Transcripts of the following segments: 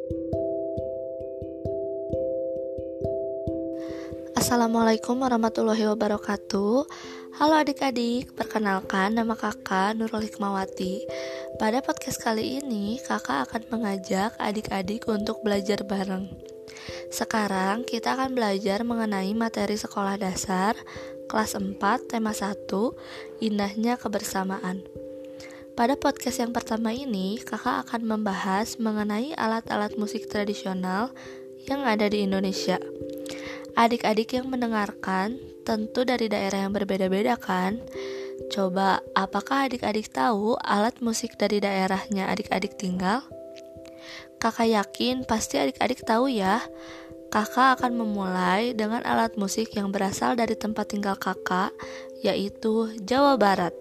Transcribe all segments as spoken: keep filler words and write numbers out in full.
Assalamualaikum warahmatullahi wabarakatuh. Halo adik-adik, perkenalkan nama kakak Nurul Hikmawati. Pada podcast kali ini, kakak akan mengajak adik-adik untuk belajar bareng. Sekarang kita akan belajar mengenai materi sekolah dasar kelas empat, tema satu, indahnya kebersamaan. Pada podcast yang pertama ini, kakak akan membahas mengenai alat-alat musik tradisional yang ada di Indonesia. Adik-adik yang mendengarkan tentu dari daerah yang berbeda-beda kan? Coba, apakah adik-adik tahu alat musik dari daerahnya adik-adik tinggal? Kakak yakin pasti adik-adik tahu ya. Kakak akan memulai dengan alat musik yang berasal dari tempat tinggal kakak, yaitu Jawa Barat.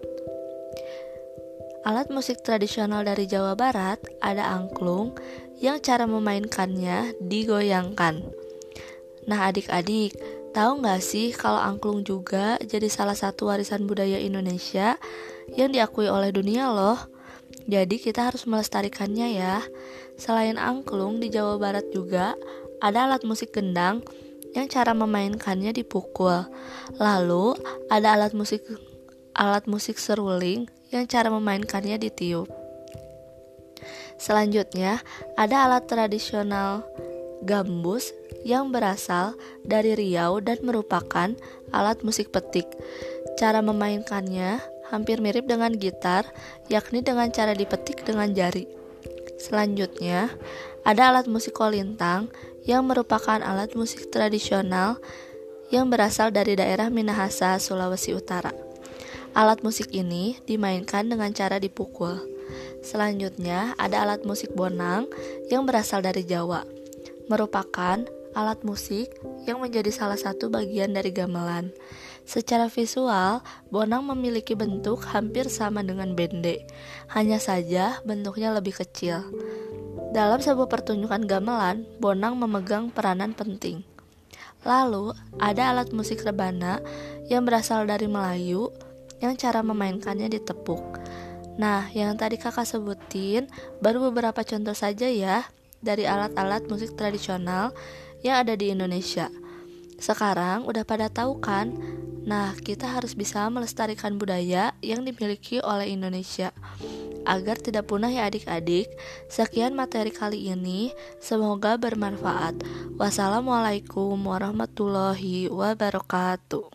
Alat musik tradisional dari Jawa Barat ada angklung yang cara memainkannya digoyangkan. Nah adik-adik, tahu gak sih kalau angklung juga jadi salah satu warisan budaya Indonesia yang diakui oleh dunia loh. Jadi kita harus melestarikannya ya. Selain angklung, di Jawa Barat juga ada alat musik gendang yang cara memainkannya dipukul. Lalu ada alat musik alat musik seruling yang cara memainkannya ditiup. Selanjutnya ada alat tradisional gambus yang berasal dari Riau dan merupakan alat musik petik. Cara memainkannya hampir mirip dengan gitar, yakni dengan cara dipetik dengan jari. Selanjutnya, ada alat musik kolintang yang merupakan alat musik tradisional yang berasal dari daerah Minahasa, Sulawesi Utara. Alat musik ini dimainkan dengan cara dipukul. Selanjutnya, ada alat musik bonang yang berasal dari Jawa, merupakan alat musik yang menjadi salah satu bagian dari gamelan. Secara visual, bonang memiliki bentuk hampir sama dengan bende, hanya saja bentuknya lebih kecil. Dalam sebuah pertunjukan gamelan, bonang memegang peranan penting. Lalu, ada alat musik rebana yang berasal dari Melayu yang cara memainkannya ditepuk. Nah, yang tadi kakak sebutin baru beberapa contoh saja ya dari alat-alat musik tradisional yang ada di Indonesia. Sekarang udah pada tahu kan? Nah, kita harus bisa melestarikan budaya yang dimiliki oleh Indonesia agar tidak punah ya adik-adik. Sekian materi kali ini, semoga bermanfaat. Wassalamualaikum warahmatullahi wabarakatuh.